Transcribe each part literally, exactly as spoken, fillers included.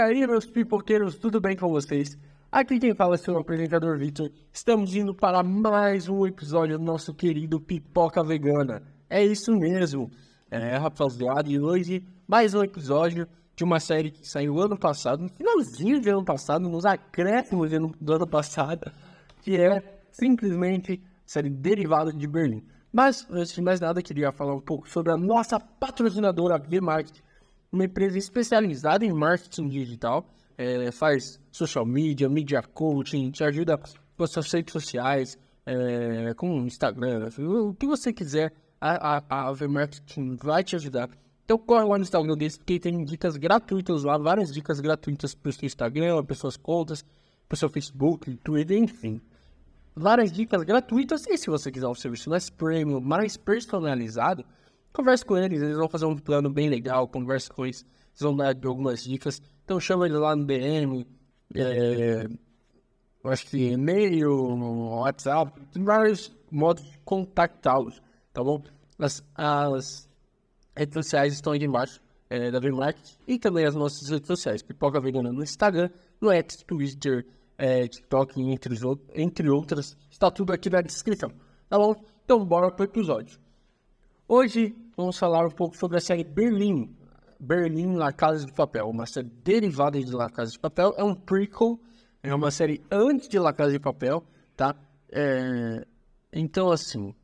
aí, meus pipoqueiros, tudo bem com vocês? Aqui quem fala é o seu apresentador Victor. Estamos indo para mais um episódio do nosso querido Pipoca Vegana. É isso mesmo. É, rapaziada, e hoje mais um episódio de uma série que saiu ano passado, no finalzinho de ano passado, nos acréscimos do ano passado, que é simplesmente série derivada de Berlim. Mas, antes de mais nada, queria falar um pouco sobre a nossa patrocinadora V-Market, uma empresa especializada em marketing digital, é, faz social media, media coaching, te ajuda com as suas redes sociais, é, com Instagram, o que você quiser, a, a, a V-Marketing vai te ajudar. Então corre lá no Instagram deles, porque tem dicas gratuitas lá, várias dicas gratuitas para o seu Instagram, para suas contas, para o seu Facebook, Twitter, enfim. Várias dicas gratuitas, e se você quiser um serviço mais premium, mais personalizado, converse com eles, eles vão fazer um plano bem legal, converse com eles, eles vão dar algumas dicas. Então chama eles lá no D M, é, eu acho que e-mail, no WhatsApp, tem vários modos de contactá-los, tá bom? As, as redes sociais estão aqui embaixo, é, da V-Market, e também as nossas redes sociais, Pipoca Vegana no Instagram, no X, Twitter, é, TikTok, entre, entre outras, está tudo aqui na descrição, tá bom? Então bora pro episódio. Hoje vamos falar um pouco sobre a série Berlim, Berlim La Casa de Papel, uma série derivada de La Casa de Papel, é um prequel, é uma série antes de La Casa de Papel, tá? É... Então, assim,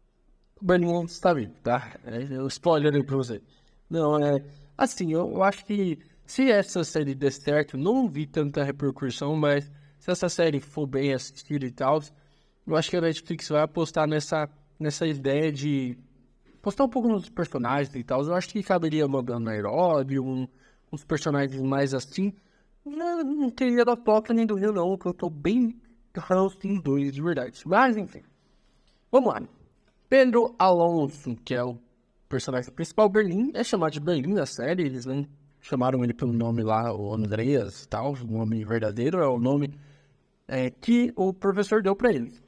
Berlim está vivo, tá? É um spoiler aí pra você. Não, é... Assim, eu, eu acho que se essa série der certo, não vi tanta repercussão, mas se essa série for bem assistida e tal, eu acho que a Netflix vai apostar nessa, nessa ideia de postar um pouco nos personagens e tal. Eu acho que caberia mandando Nairobi, um, uns personagens mais assim. Não, não teria da Toca nem do Rio, não, porque eu tô bem ranço em dois, de verdade. Mas, enfim. Vamos lá. Pedro Alonso, que é o personagem principal, Berlim, é chamado de Berlim na série. Eles não chamaram ele pelo nome lá, o Andreas e tal. O nome verdadeiro é o nome é, que o professor deu pra ele.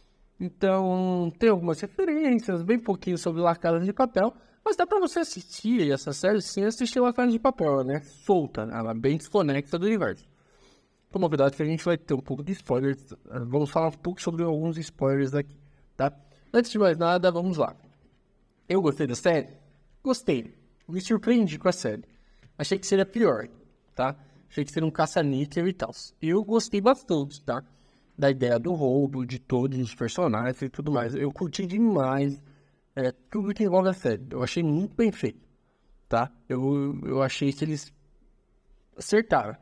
Então, tem algumas referências, bem pouquinho sobre La Casa de Papel, mas dá pra você assistir essa série sem assistir La Casa de Papel, né? Solta, ela é bem desconexa do universo. Com novidade que a gente vai ter um pouco de spoilers, vamos falar um pouco sobre alguns spoilers aqui, tá? Antes de mais nada, vamos lá. Eu gostei da série? Gostei. Me surpreendi com a série. Achei que seria pior, tá? Achei que seria um caça-níquel e tal. Eu gostei bastante, tá? Da ideia do roubo, de todos os personagens e tudo mais. Eu curti demais é, tudo que envolve a série. Eu achei muito bem feito, tá? Eu, eu achei que eles acertaram.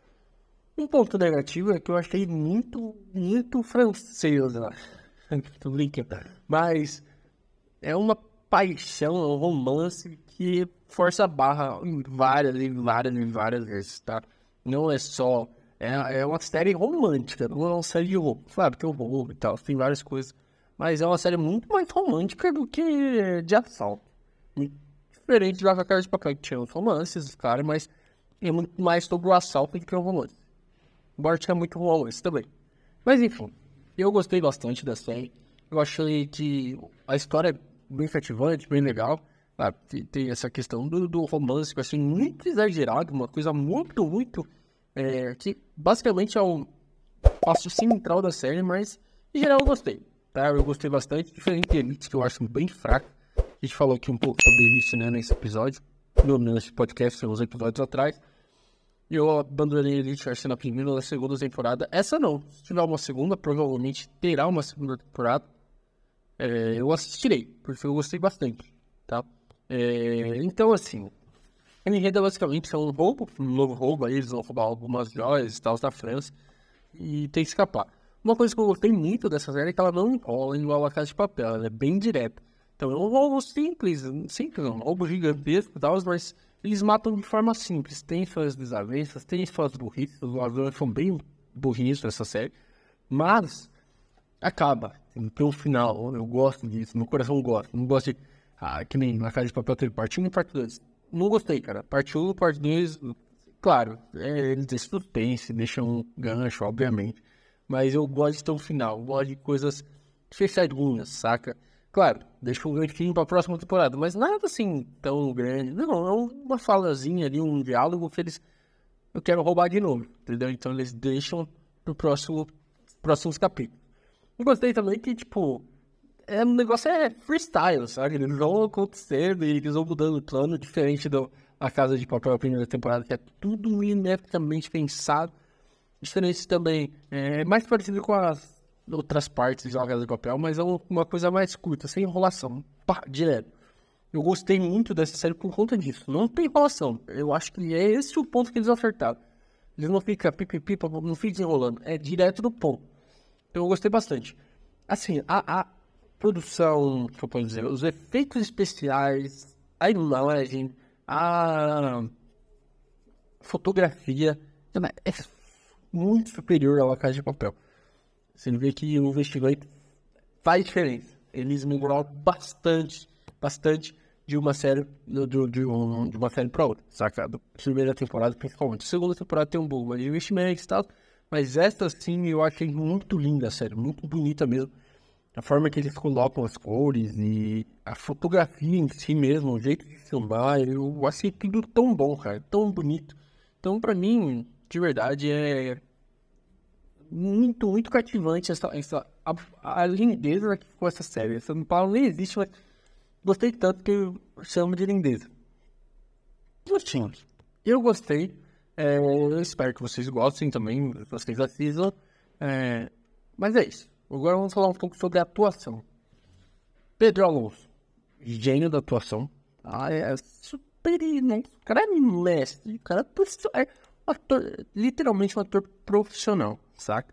Um ponto negativo é que eu achei muito, muito francês lá. Tô brincando. Mas é uma paixão, é um romance que força a barra em várias e várias e várias vezes, tá? Não é só... É, é uma série romântica, não é uma série de roubo. Claro, tem o roubo e tal, tem várias coisas. Mas é uma série muito mais romântica do que de ação. Muito diferente da Casa de Papel, que tinha os romances, cara, mas é muito mais sobre o assalto do que o romance. Embora tinha muito romance também. Mas enfim, eu gostei bastante da série. Eu achei que a história é bem cativante, bem legal. Ah, tem essa questão do, do romance que eu achei muito exagerado, uma coisa muito, muito... É, que basicamente é o passo central da série, mas em geral eu gostei, tá? Eu gostei bastante, diferente de Elite, que eu acho bem fraco. A gente falou aqui um pouco sobre Elite, né, nesse episódio, no, nesse podcast, uns episódios atrás. E eu abandonei Elite, acho que na primeira ou na segunda temporada. Essa não, se tiver uma segunda, provavelmente terá uma segunda temporada. É, eu assistirei, porque eu gostei bastante, tá? É, então, assim... A enredo basicamente é um roubo, um novo roubo, aí eles vão roubar algumas joias e tal da França e tem que escapar. Uma coisa que eu gostei muito dessa série é que ela não enrola igual a Casa de Papel, ela é bem direta. Então é um roubo simples, simples, um roubo gigantesco e tal, mas eles matam de forma simples. Tem suas desavenças, tem suas burrices, os ladrões são bem burrices nessa série, mas acaba, tem um final, eu gosto disso, meu coração gosta, não gosto de, ah, que nem na Casa de Papel teve parte um e parte dois. Não gostei, cara. Parte um, parte dois, claro, é, eles deixam suspense, deixam um gancho, obviamente. Mas eu gosto de ter um final, eu gosto de coisas fechadinhas, saca? Claro, deixa um ganchinho pra próxima temporada, mas nada assim tão grande. Não, é uma falazinha ali, um diálogo que eles eu quero roubar de novo, entendeu? Então eles deixam pro próximo, próximos capítulos. Eu gostei também que, tipo, é, o negócio é freestyle, sabe? Eles vão acontecendo e eles vão mudando o plano, diferente da Casa de Papel, a primeira temporada, que é tudo milimetricamente pensado. Diferente também, é mais parecido com as outras partes de La Casa de Papel, mas é uma coisa mais curta, sem enrolação, pá, direto. Eu gostei muito dessa série por conta disso. Não tem enrolação. Eu acho que é esse o ponto que eles acertaram. Eles não ficam pipipi, não ficam enrolando. É direto do ponto. Então eu gostei bastante. Assim, a, a produção, que eu posso dizer, os efeitos especiais, a imagem, a fotografia, é muito superior à La Casa de Papel. Você vê que o investimento faz diferença. Eles melhoraram bastante, bastante de uma série de, de, de uma série para outra, saca? Da primeira temporada, principalmente. A segunda temporada tem um bom de investimento e tal, mas esta sim eu achei muito linda a série, muito bonita mesmo. A forma que eles colocam as cores e a fotografia em si mesmo, o jeito de filmar, eu achei tudo tão bom, cara, tão bonito. Então, pra mim, de verdade, é muito, muito cativante essa, essa, a, a lindeza que ficou essa série. Essa palavra nem existe, mas gostei tanto que eu chamo de lindeza. Justinho, eu gostei. É, eu espero que vocês gostem também, que vocês assistam. É, mas é isso. Agora vamos falar um pouco sobre a atuação. Pedro Alonso, gênio da atuação. Ah, é super, né? O cara é mestre. O cara é um ator, literalmente um ator profissional, saca?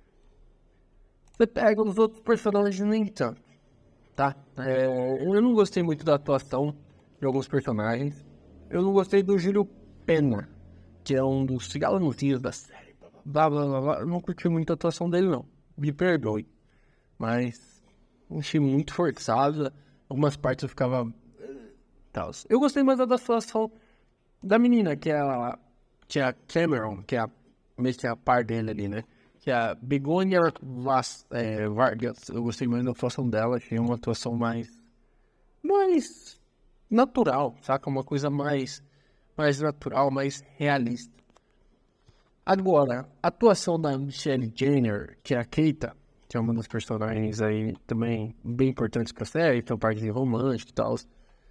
Você pega os outros personagens nem tanto, tá? É, eu não gostei muito da atuação de alguns personagens. Eu não gostei do Júlio Pena, que é um dos galanzinhos da série. Blá, blá, blá, blá. Eu não curti muito a atuação dele, não. Me perdoe. Mas achei muito forçada. Algumas partes eu ficava... Tals. Eu gostei mais da atuação da menina, que é a, que é a Cameron, que é a, mesmo que é a par dele ali, né? Que é a Begonia Vas, é, Vargas. Eu gostei mais da atuação dela. Achei uma atuação mais... mais natural, saca? Uma coisa mais... mais natural, mais realista. Agora, a atuação da Michelle Jenner, que é a Keita, que é uma das personagens aí também bem importantes pra série, tem uma parte romântica e tal.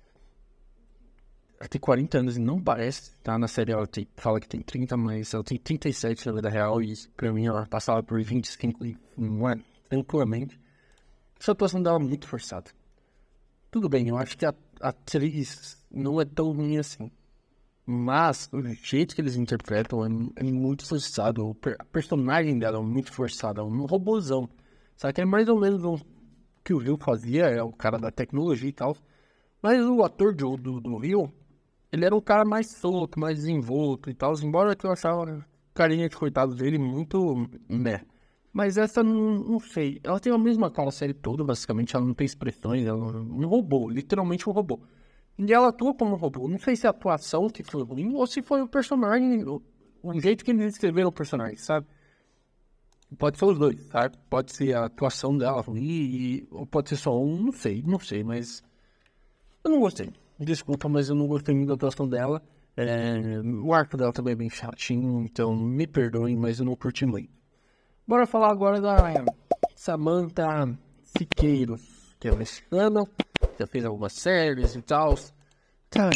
Ela tem quarenta anos e não parece, tá? Na série ela tem, fala que tem trinta, mas ela tem trinta e sete na vida real e pra mim ela passava por vinte e cinco e não é, tranquilamente. Essa atuação dela é muito forçada. Tudo bem, eu acho que a, a atriz não é tão ruim assim. Mas o jeito que eles interpretam é, é muito forçado. O per, a personagem dela é muito forçada, é um robôzão. Sabe que é mais ou menos o que o Rio fazia, é o cara da tecnologia e tal. Mas o ator do, do, do Rio, ele era um cara mais solto, mais desenvolto e tal. Embora eu achava a carinha de coitado dele muito né. Mas essa não, não sei. Ela tem a mesma cara a série toda, basicamente. Ela não tem expressões, ela é um robô, literalmente um robô. E ela atua como um robô. Não sei se é a atuação que foi ruim ou se foi o personagem, o, o jeito que eles escreveram o personagem, sabe? Pode ser os dois, sabe? Pode ser a atuação dela ruim e, ou pode ser só um, não sei, não sei, mas eu não gostei. Desculpa, mas eu não gostei muito da atuação dela. É, o arco dela também é bem chatinho, então me perdoem, mas eu não curti muito. Bora falar agora da Samantha Siqueiros, que é mexicana. Já fez algumas séries e tal. Cara,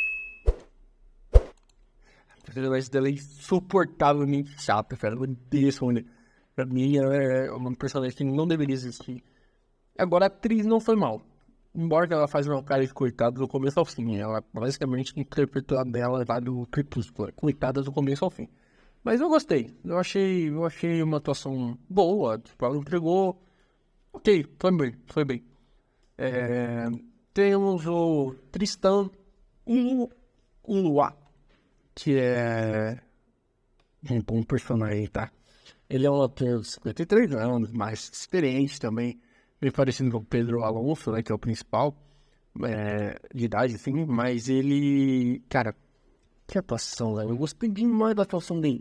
a personagem dela é insuportavelmente chata, cara. Eu odeio essa mulher. Pra mim, ela é uma personagem que não deveria existir. Agora, a atriz não foi mal. Embora ela faça uma cara de coitada do começo ao fim. Ela basicamente interpretou a dela lá do Crepúsculo. Coitada do começo ao fim. Mas eu gostei. Eu achei, eu achei uma atuação boa. Tipo, ela entregou. Ok, foi bem, foi bem. É, temos o Tristan Ulua, que é um bom personagem, tá? Ele é um ator de cinquenta e três anos, mais experiente também, bem parecido com o Pedro Alonso, né, que é o principal, é, de idade, assim, mas ele, cara, que atuação, velho, eu gostei demais da atuação dele.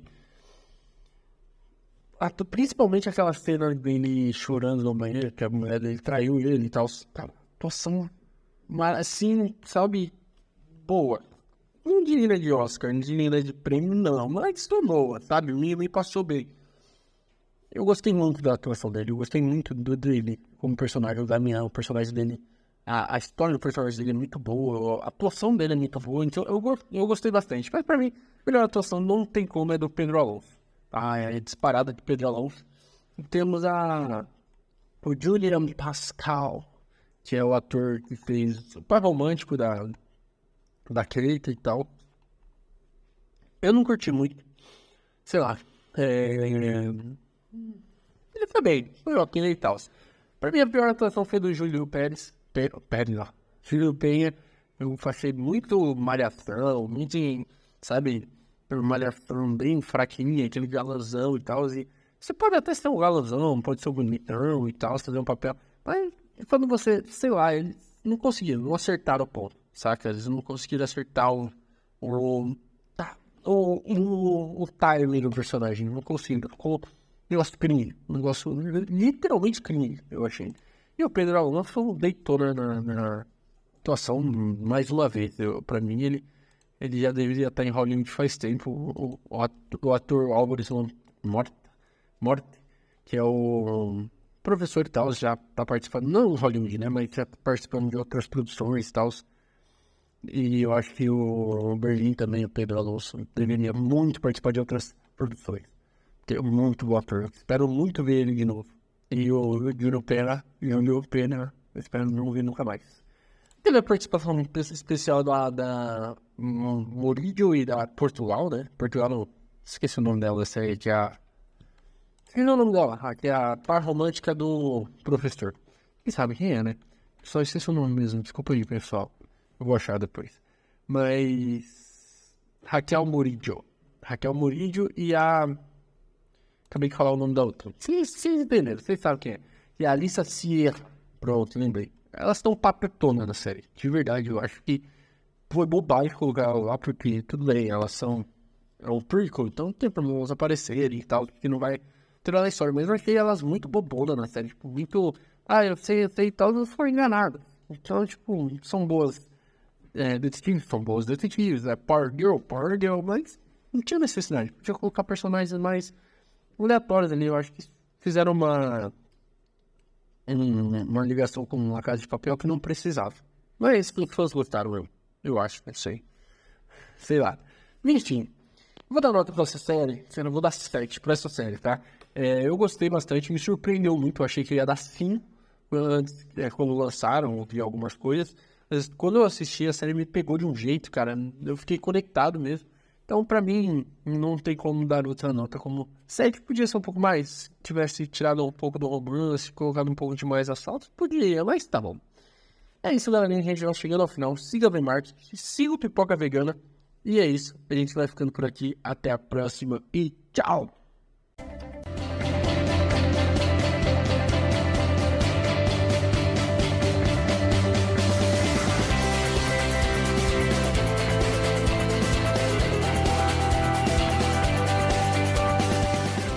Atu- Principalmente aquela cena dele chorando no banheiro, que a mulher dele traiu ele e tal. Cara, atuação, mas assim, sabe, boa. não diria de Oscar, não diria de prêmio, não, mas estou boa, sabe? Me, me passou bem. Eu gostei muito da atuação dele, eu gostei muito do dele como personagem, o Damian, o personagem dele. A, a história do personagem dele é muito boa, a atuação dele é muito boa, então eu, eu gostei bastante. Mas pra mim, a melhor atuação não tem como é do Pedro Alonso. Ah, é disparada de Pedro Alonso. E temos a, o Julian Pascal, que é o ator que fez o par romântico da, da Kate e tal. Eu não curti muito, sei lá, é, ele foi bem, foi ok e tal. Pra mim a pior atuação foi do Júlio Pérez. Pérez lá. Júlio Penha, eu achei muito malhação, muito, sabe, malhação bem fraquinha, aquele galãozão e tal. E você pode até ser um galãozão, pode ser um bonitão e tal, fazer um papel. Mas quando você, sei lá, eles não conseguiram, não acertaram o ponto, saca? Eles não conseguiram acertar o. o. o, o, o timing do personagem, não conseguiram. Ficou um negócio cringe, um negócio literalmente cringe, eu achei. E o Pedro Alonso deitou na, na, na atuação mais uma vez. Eu, pra mim, ele, ele já deveria estar em Hollywood faz tempo. O, o, ator, o ator Álvares Morte, Morte, que é o professor e tal, já tá participando, não em Hollywood, né, mas já tá participando de outras produções e tal. E eu acho que o Berlim também, o Pedro Alonso, deveria muito participar de outras produções. Porque é muito bom ator. Espero muito ver ele de novo. E o Júlio Pena, Júlio Pena, eu espero não ver nunca mais. Teve a participação especial da, da Murillo e da Portugal, né? Portugal, não, esqueci o nome dela, essa aí, que é a... Esqueci o nome dela, que é a par romântica do professor. Quem sabe quem é, né? Só esqueci o nome mesmo, desculpa aí, pessoal. Eu vou achar depois. Mas... Raquel Murillo. Raquel Murillo e a... Acabei de falar o nome da outra. Vocês, vocês entenderam, vocês sabem quem é. E a Alissa Sierra. Pronto, lembrei. Elas estão papetonas na série. De verdade, eu acho que foi bobagem colocar lá, porque tudo bem, elas são... É um prequel, então não tem problema elas aparecerem e tal, que não vai tirar a história. Mas eu achei elas muito bobonas na série. Tipo, muito... Ah, eu sei, eu sei e tal, eu fui enganado. Então, tipo, são boas... É, detetives, são boas detetives. É Power Girl, Power Girl, mas não tinha necessidade. Podia colocar personagens mais... aleatórios ali, eu acho que fizeram uma uma ligação com uma Casa de Papel que não precisava. Mas as pessoas gostaram, eu, eu acho, não sei. Sei lá. Enfim, vou dar nota pra essa série, eu vou dar sete pra essa série, tá? É, eu gostei bastante, me surpreendeu muito, eu achei que ia dar cinco antes, é, quando lançaram, ouvi algumas coisas. Mas quando eu assisti, a série me pegou de um jeito, cara, eu fiquei conectado mesmo. Então, pra mim, não tem como dar outra nota como sete. Podia ser um pouco mais, tivesse tirado um pouco do romance, colocado um pouco de mais assalto, podia, mas tá bom. É isso, galerinha, a gente vai chegando ao final. Siga a Vemart, siga o Pipoca Vegana. E é isso, a gente vai ficando por aqui. Até a próxima e tchau!